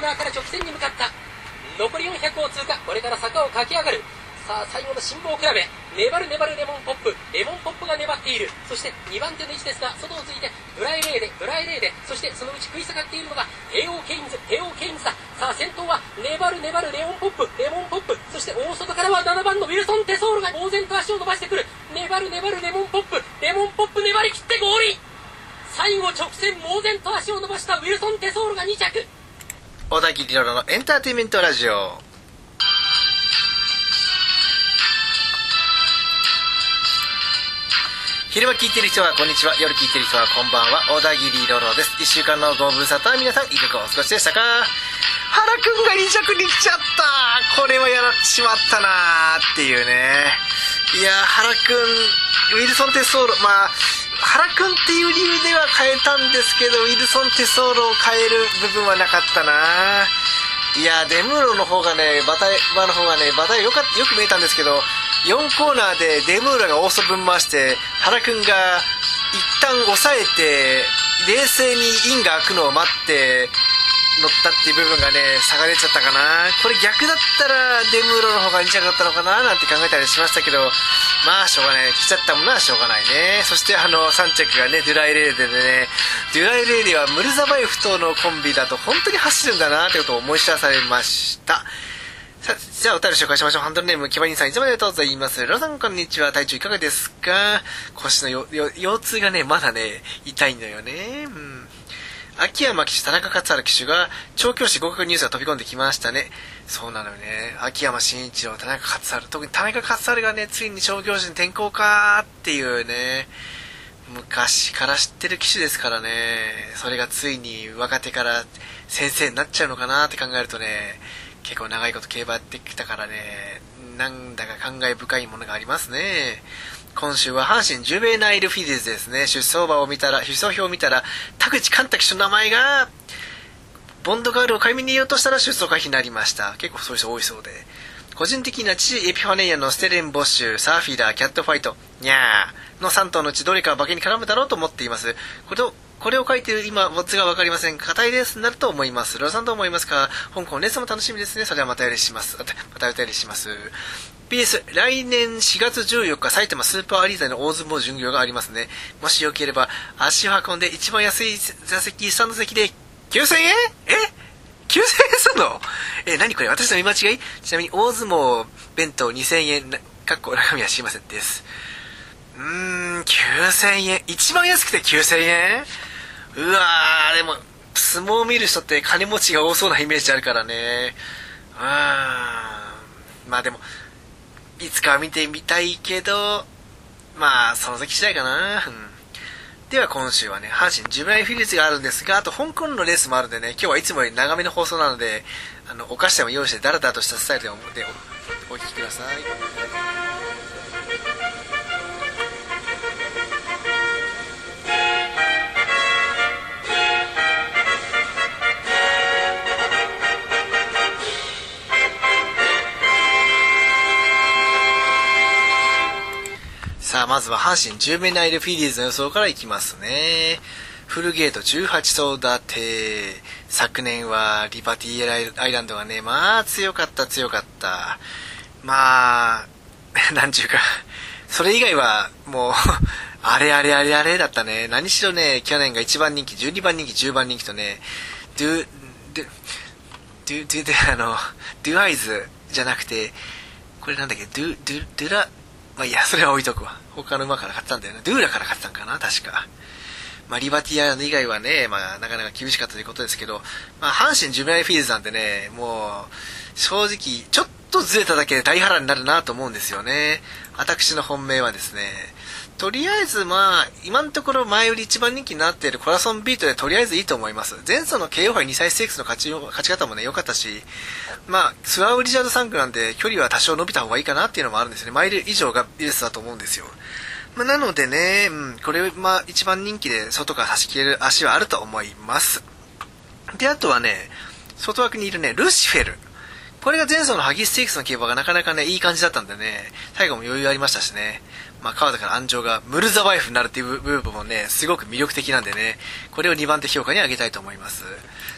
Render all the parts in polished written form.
ラーから直線に向かった。残り400を通過。これから坂を駆け上がる。さあ最後の辛抱比べ、粘る粘るレモンポップが粘っている。そして2番手の位置ですが、外をついてブラエレーデ、そしてそのうち食い下がっているのが帝王ケインズだ。さあ先頭は粘るレモンポップ、そして大外からは7番のウィルソン・テソールが猛然と足を伸ばしてくる。粘るレモンポップ粘り切ってゴールイン。最後直線猛然と足を伸ばしたウィルソン・テソールが2着。 小田切ロロのエンターテインメントラジオ。昼間聞いてる人はこんにちは、夜聞いてる人はこんばんは。小田切ロロです。1週間のご無沙汰、皆さんいかがお過ごしでしたか。原くんが2着に来ちゃった。これはやられてしまったなーっていうね。いや原くんウィルソン・テソール、原くんっていう理由では変えたんですけど、ウィルソン・テソールを変える部分はなかったな。いやデムーロの方がね、馬体よく見えたんですけど、4コーナーでデムーロが大外分回して、原くんが一旦抑えて冷静にインが開くのを待って乗ったっていう部分がね、差が出ちゃったかな。これ逆だったらデムーロの方が2着だったのかななんて考えたりしましたけど、しょうがない、来ちゃったものはしょうがないね。そして3着がね、ドゥライレーデでね、ドゥライレーデはムルザバエフとのコンビだと本当に走るんだなってことを思い知らされました。さあ、じゃあお便り紹介しましょう。ハンドルネームキバニンさん、いつもありがとうございます。ロロさんこんにちは。体調いかがですか。腰の腰痛がね、まだね痛いのよね。秋山騎手、田中勝春騎手が調教師合格ニュースが飛び込んできましたね。そうなのよね。秋山真一郎、田中勝春、特に田中勝春がね、ついに調教師に転向かっていうね、昔から知ってる騎手ですからね。それがついに若手から先生になっちゃうのかなって考えるとね、結構長いこと競馬やってきたからね、なんだか感慨深いものがありますね。今週は阪神ジュベナイルフィディーズですね。出走表を見たら田口寛太騎手の名前がボンドガールを買い見に言おうとしたら出走回避になりました。結構そういう人多いそうで、個人的な父エピファネイアのステレンボッシュ、サーフィーダー、キャットファイト、ニャーの3頭のうちどれかは馬券に絡むだろうと思っています。これを書いている今、ボッツが分かりません。硬いレースになると思います。ローさんどう思いますか。香港レースも楽しみですね。それはまたお便りします。PS、来年4月14日、埼玉スーパーアリーナの大相撲巡業がありますね。もしよければ、足を運んで一番安い座席、スタンド席で9000円?9000円すんの？何これ、私の見間違い？ちなみに大相撲弁当2000円、中身は知りませんです。9000円。一番安くて9000円？うわー、でも、相撲を見る人って金持ちが多そうなイメージあるからね。でも、いつかは見てみたいけど、その時次第かな。では今週はね、阪神ジュベナイルフィリーズがあるんですが、あと香港のレースもあるんでね、今日はいつもより長めの放送なので、お菓子でも用意してダラダラとしたスタイルでお聞きください。さあ、まずは阪神ジュベナイルフィリーズの予想からいきますね。フルゲート18頭立て。昨年はリバティアイランドがね、強かった。なんちゅうか、それ以外はもうあれだったね。何しろね、去年が1番人気、12番人気、10番人気とね、ドゥアイズじゃなくて、これなんだっけ、ドゥラ、それは置いとくわ。他の馬から買ったんだよね。ドゥーラから買ったんかな、確か。リバティアイランド以外はね、なかなか厳しかったということですけど、阪神ジュベナイルフィリーズなんてね、もう、正直、ちょっとずれただけで大波乱になるなと思うんですよね。私の本命はですね、とりあえず今のところ前より一番人気になっているコラソンビートでとりあえずいいと思います。前走の KO 杯2歳ステークスの勝ち方もね、良かったし、ツアーウリジャード3区なんで距離は多少伸びた方がいいかなっていうのもあるんですよね。マイル以上がベストだと思うんですよ。なのでね、これ一番人気で外から差し切れる足はあると思います。で、あとはね、外枠にいるね、ルシフェル。これが前走のハギステークスの競馬がなかなかね、いい感じだったんでね、最後も余裕ありましたしね。川田から安城がムルザバイフになるっていう部分もね、すごく魅力的なんでね、これを2番手評価に上げたいと思います。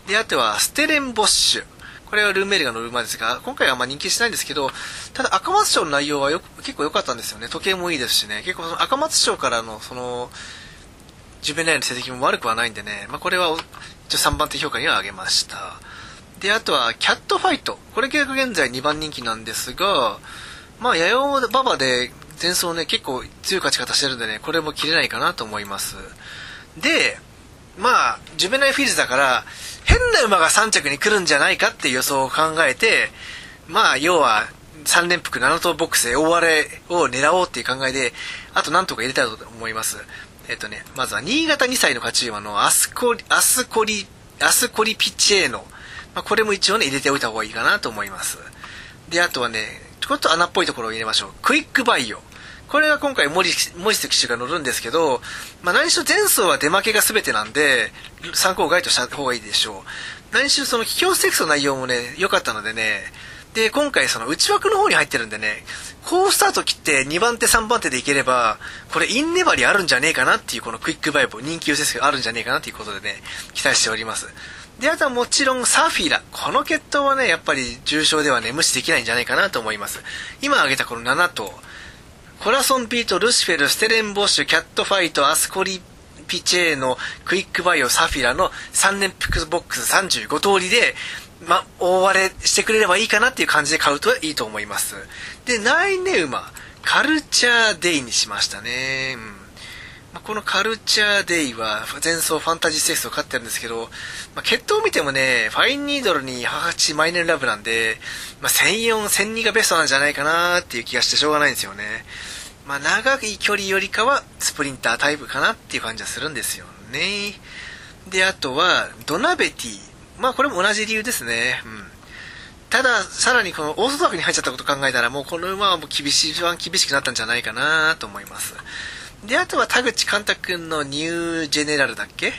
で、あとはステレンボッシュ。これはルーメールが乗る馬ですが、今回はあんま人気しないんですけど、ただ赤松賞の内容は結構良かったんですよね。時計もいいですしね。結構その赤松賞からのジュベナイルの成績も悪くはないんでね、これは一応3番手評価には上げました。で、あとはキャットファイト。これが現在2番人気なんですが、弥生馬場で前走ね、結構強い勝ち方してるんでね、これも切れないかなと思います。で、ジュベナイルフィールズだから、変な馬が3着に来るんじゃないかっていう予想を考えて、要は3連複7頭ボックスで大荒れを狙おうっていう考えで、あと何とか入れたいと思います。まずは新潟2歳の勝ち馬のアスコリピッチエーノ。これも一応ね、入れておいた方がいいかなと思います。で、あとはね、ちょっと穴っぽいところを入れましょう。クイックバイオ。これは今回モリス騎手が乗るんですけど、何しろ前走は出負けが全てなんで、参考外とした方がいいでしょう。何しろその桔梗ステークスの内容もね、良かったのでね、で、今回その内枠の方に入ってるんでね、好スタート切って2番手3番手でいければ、これイン粘りあるんじゃねえかなっていうこのクイックバイオ、人気優先があるんじゃねえかなということでね、期待しております。で、あとはもちろんサフィラ。この決闘はね、やっぱり重賞ではね、無視できないんじゃないかなと思います。今挙げたこの7頭、コラソンビート、ルシフェル、ステレンボッシュ、キャットファイト、アスコリピチェーノ、クイックバイオ、サフィラの3連複ボックス35通りで、大荒れしてくれればいいかなっていう感じで買うといいと思います。で、内根馬、カルチャーデイにしましたね。このカルチャーデイは前走ファンタジーステークスを勝ってるんですけど、決闘を見てもね、ファインニードルに母父マイネルラブなんで、1004、1002がベストなんじゃないかなっていう気がしてしょうがないんですよね。長い距離よりかはスプリンタータイプかなっていう感じはするんですよね。で、あとはドナベティ。これも同じ理由ですね。ただ、さらにこのオーソドックに入っちゃったことを考えたら、もうこの馬はもう厳しくなったんじゃないかなと思います。で、あとは田口寛太くんのニュージェネラルだっけ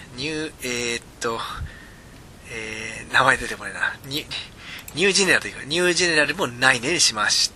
名前出てこないな。ニュージェネラルというか、ニュージェネラルもないねにしました。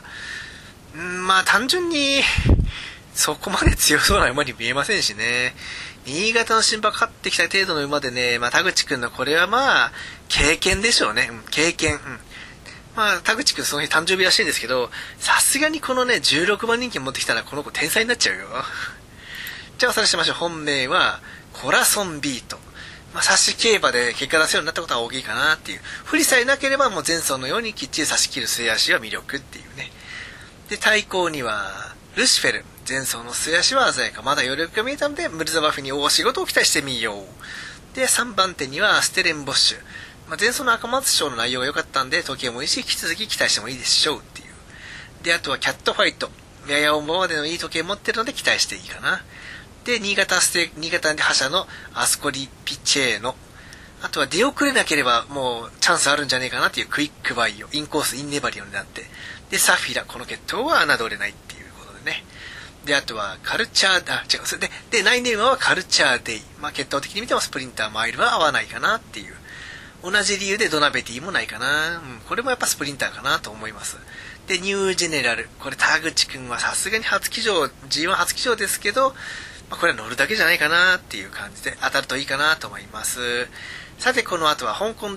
単純に、そこまで強そうな馬に見えませんしね。新潟の新馬勝ってきた程度の馬でね、田口くんのこれは経験でしょうね。経験。田口くんその日誕生日らしいんですけど、さすがにこのね、16番人気持ってきたらこの子天才になっちゃうよ。じゃあおさらいしましょう。本命は、コラソンビート。差し競馬で結果出せるようになったことは大きいかなっていう。不利さえなければもう前走のようにきっちり差し切る末足は魅力っていうね。で、対抗には、ルシフェル。前走の末足は鮮やか。まだ余力が見えたので、ムルザバフに大仕事を期待してみよう。で、3番手にはステレンボッシュ。前走の赤松賞の内容が良かったんで、時計もいいし、引き続き期待してもいいでしょうっていう。で、あとはキャットファイト。やや重までのいい時計持ってるので期待していいかな。で、新潟覇者のアスコリピチェーノ。あとは出遅れなければもうチャンスあるんじゃねえかなっていうクイックバイオ。インコース、イン粘りを狙って。で、サフィラ。この決闘は侮れないっていうことでね。で、あとはカルチャー、それで、内ネーマはカルチャーデイ。決闘的に見てもスプリンターマイルは合わないかなっていう。同じ理由でドナベティもないかな。これもやっぱスプリンターかなと思います。で、ニュージェネラル。これ田口くんはさすがにG1 初騎乗ですけど、これは乗るだけじゃないかなっていう感じで当たるといいかなと思います。さて、この後は香港ミ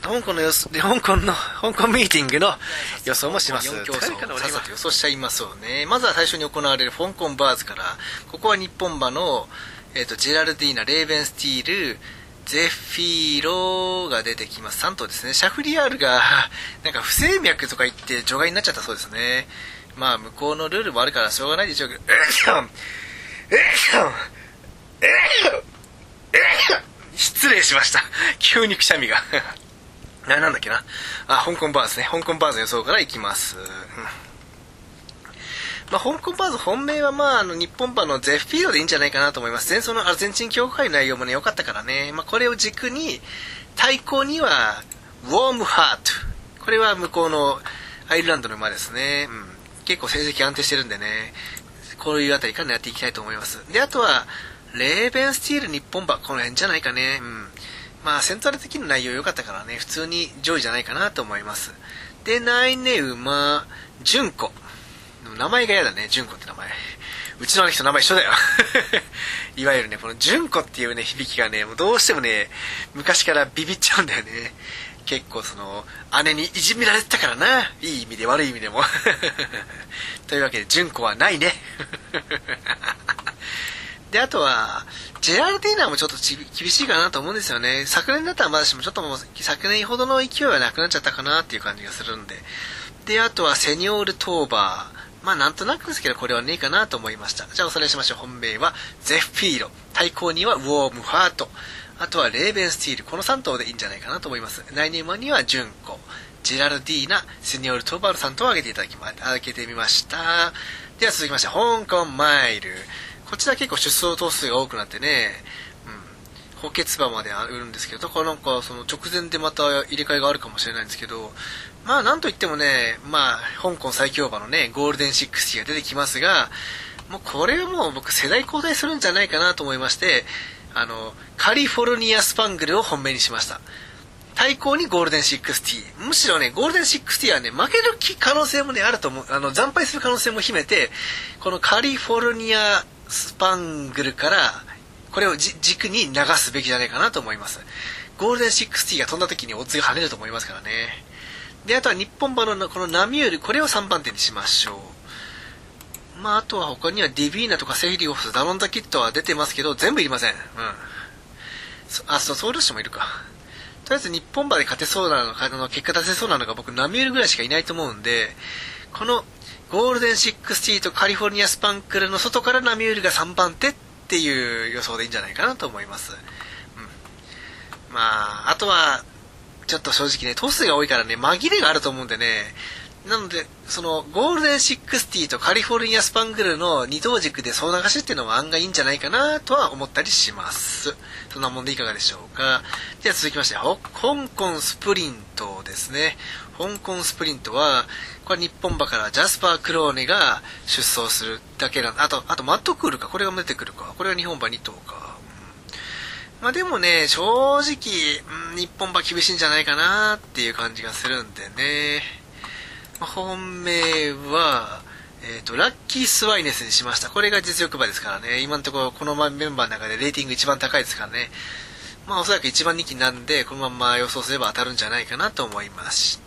ーティングの予想もします。誰からさっさと予想しちゃいますよね。まずは最初に行われる香港バーズから、ここは日本馬の、ジェラルディーナ、レーベンスティール、ゼフィーロが出てきます。3頭ですね。シャフリヤールが、不整脈とか言って除外になっちゃったそうですね。向こうのルールもあるからしょうがないでしょうけど、失礼しました。急にくしゃみが。なんだっけな。香港バーズね。香港バーズ予想からいきます。香港バーズ本命は日本馬のゼフィーロでいいんじゃないかなと思います。前走のアルゼンチン協会の内容もね、良かったからね。これを軸に、対抗には、ウォームハート。これは向こうのアイルランドの馬ですね。結構成績安定してるんでね。こういうあたりからやっていきたいと思います。で、あとは、レーベンスティール日本馬。この辺じゃないかね。セントラル的な内容良かったからね。普通に上位じゃないかなと思います。で、内根馬、純子。名前が嫌だね、純子って名前。 うちの兄貴と名前一緒だよ。いわゆるね、この純子っていうね、響きがね、もうどうしてもね、昔からビビっちゃうんだよね。結構その、姉にいじめられてたからな。いい意味で悪い意味でも。というわけで、純子はないね。で、あとは、ジェラルディーナもちょっと厳しいかなと思うんですよね。昨年だったらまだしもちょっともう昨年ほどの勢いはなくなっちゃったかなっていう感じがするんで。で、あとはセニョールトーバー。まあなんとなくですけどこれはねえかなと思いました。じゃあおさらいしましょう。本命はゼフィーロ。対抗にはウォームハート。あとはレーベンスティール。この3頭でいいんじゃないかなと思います。来年馬にはジュンコ、ジェラルディーナ、セニョールトーバール3頭を挙げてみました。では続きまして、香港マイル。こちら結構出走頭数が多くなってね、補欠馬まであるんですけど、だからなんかその直前でまた入れ替えがあるかもしれないんですけど、まあなんといってもね、まあ香港最強馬のね、ゴールデン60が出てきますが、もうこれはもう僕世代交代するんじゃないかなと思いまして、カリフォルニアスパングルを本命にしました。対抗にゴールデン60。むしろね、ゴールデン60はね、負ける可能性もね、あると思う。惨敗する可能性も秘めて、このカリフォルニアスパングルから、これを軸に流すべきじゃないかなと思います。ゴールデン60が飛んだ時にオッズが跳ねると思いますからね。で、あとは日本馬のこのナミュール、これを3番手にしましょう。まあ、あとは他にはディビーナとかセフィリオフス、ダノンザキットは出てますけど、全部いりません。ソウルシもいるか。とりあえず日本馬で勝てそうなの、結果出せそうなのが僕ナミュールぐらいしかいないと思うんで、このゴールデン60とカリフォルニアスパンクルの外からナミュールが3番手っていう予想でいいんじゃないかなと思います。まあ、あとは、ちょっと正直ね、頭数が多いからね、紛れがあると思うんでね、なので、その、ゴールデン60とカリフォルニアスパングルの二等軸で総流しっていうのは案外いいんじゃないかなとは思ったりします。そんなもんでいかがでしょうか。では続きまして、香港スプリントですね。香港スプリントは、これ日本馬からジャスパー・クローネが出走するだけなんで、あとマットクールか、これが出てくるか。これは日本馬2頭か。まあでもね、正直、日本馬厳しいんじゃないかなっていう感じがするんでね。本命は、ラッキースワイネスにしました。これが実力馬ですからね。今のところこのメンバーの中でレーティング一番高いですからね。まあおそらく一番人気なんで、このまま予想すれば当たるんじゃないかなと思いました。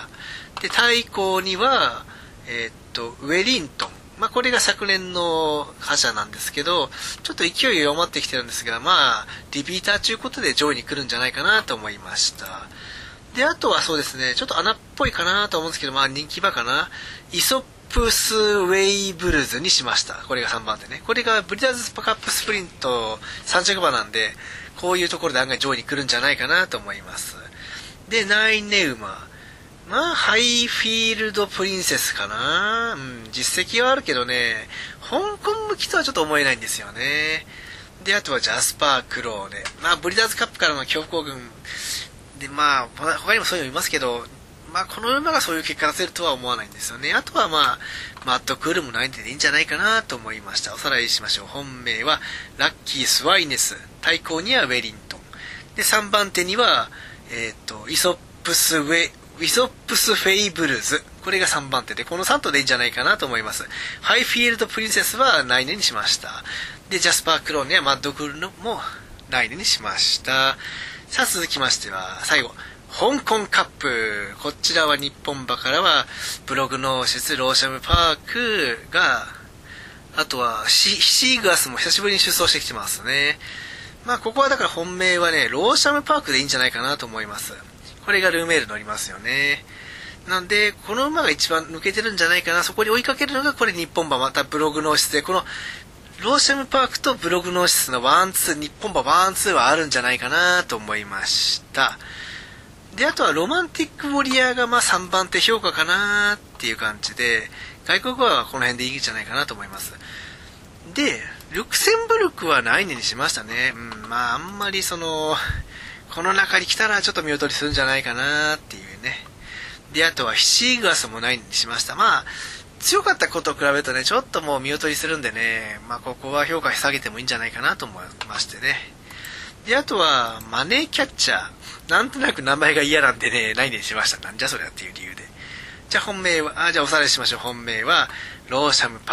で、対抗には、ウェリントン。まあこれが昨年の覇者なんですけど、ちょっと勢い弱まってきてるんですが、まあ、リピーターということで上位に来るんじゃないかなと思いました。で、あとはそうですね、ちょっと穴っぽいかなと思うんですけど、まあ人気馬かな。イソップスウェイブルズにしました。これが3番手ね。これがブリザーズカップスプリント3着馬なんで、こういうところで案外上位に来るんじゃないかなと思います。で、ナイネウマ。まあ、ハイフィールドプリンセスかな。実績はあるけどね、香港向きとはちょっと思えないんですよね。で、あとはジャスパー・クローネ。まあ、ブリザーズカップからの強行軍。で、まあ、他にもそういうのいますけど、まあ、この馬がそういう結果出せるとは思わないんですよね。あとはまあ、マットクールもないんでいいんじゃないかなと思いました。おさらいしましょう。本命は、ラッキースワイネス。対抗にはウェリントン。で、3番手には、イソップスフェイブルズ。これが3番手で、この3頭でいいんじゃないかなと思います。ハイフィールドプリンセスは内年にしました。で、ジャスパークローネやマッドクールも内年にしました。さあ続きましては、最後。香港カップ。こちらは日本馬からは、ブログノーシス、ローシャムパークが、あとはシーグアスも久しぶりに出走してきてますね。まあここはだから本命はね、ローシャムパークでいいんじゃないかなと思います。これがルーメール乗りますよね。なんで、この馬が一番抜けてるんじゃないかな。そこに追いかけるのがこれ日本馬またブログノーシスで、このローシャムパークとブログノーシスの1-2、日本馬1-2はあるんじゃないかなと思いました。で、あとはロマンティックウォリアーがまあ3番手評価かなっていう感じで、外国馬はこの辺でいいんじゃないかなと思います。で、ルクセンブルクはないねにしましたね。まああんまりこの中に来たらちょっと見劣りするんじゃないかなっていうね。で、あとはヒシーグアスもないにしました。まあ、強かったことを比べるとね、ちょっともう見劣りするんでね、まあここは評価下げてもいいんじゃないかなと思いましてね。で、あとは、マネーキャッチャー。なんとなく名前が嫌なんでね、ないにしました。なんじゃそりゃっていう理由で。じゃあ本命は、じゃあおさらいしましょう。本命は、ローシャムパーク。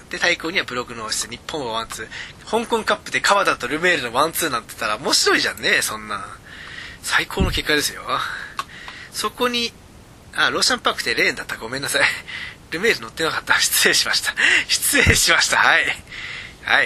で対抗にはブログノーシス、日本はワンツー、香港カップで川田とルメールのワンツーなんて言ったら面白いじゃんね。そんな最高の結果ですよ。そこにローシャンパークでレーンだった。ごめんなさい、ルメール乗ってなかった。失礼しましたはい、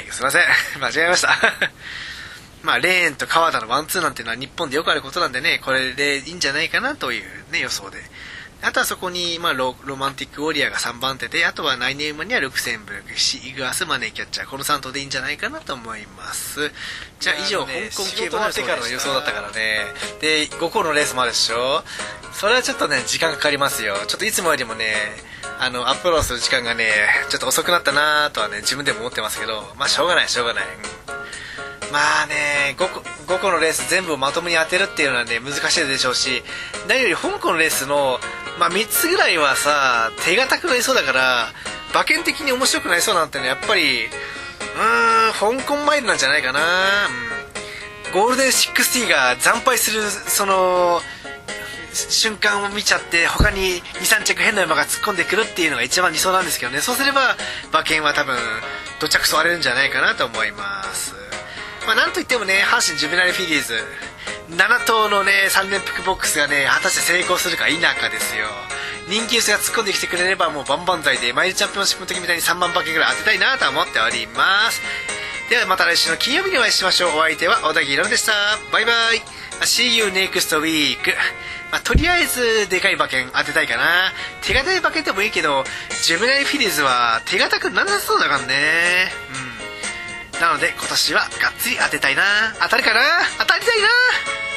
すいません、間違えましたまあレーンと川田のワンツーなんていうのは日本でよくあることなんでね、これでいいんじゃないかなというね予想で、あとはそこに、ロマンティックウォリアーが3番手で、あとはナイネームにはルクセンブルク、イグアス、マネーキャッチャー、この3頭でいいんじゃないかなと思います。じゃあ以上、香港競馬の世界の予想だったからね。で、5個のレースもあるでしょ。それはちょっとね、時間かかりますよ。ちょっといつもよりもね、アップロードする時間がね、ちょっと遅くなったなとはね、自分でも思ってますけど、しょうがない。まあね、5個のレース全部をまともに当てるっていうのはね、難しいでしょうし、何より香港のレースの、3つぐらいはさ、手堅くなりそうだから、馬券的に面白くなりそうなんてのはやっぱり、香港マイルなんじゃないかな。ゴールデン60が惨敗する、その、瞬間を見ちゃって、他に 2,3 着変な馬が突っ込んでくるっていうのが一番理想なんですけどね。そうすれば、馬券は多分、どちゃくそ割れるんじゃないかなと思います。なんといってもね、阪神ジュベナイルフィリーズ7頭のね3連複ボックスがね果たして成功するか否かですよ。人気薄が突っ込んできてくれればもう万々歳でマイルチャンピオンシップの時みたいに3万馬券ぐらい当てたいなと思っております。ではまた来週の金曜日にお会いしましょう。お相手は小田切ヒロでした。バイバイ。 See you next week。とりあえずでかい馬券当てたいかな。手堅い馬券でもいいけどジュベナイルフィリーズは手堅くなさそうだからね。なので今年はがっつり当てたいな。当たるかな。当たりたいな。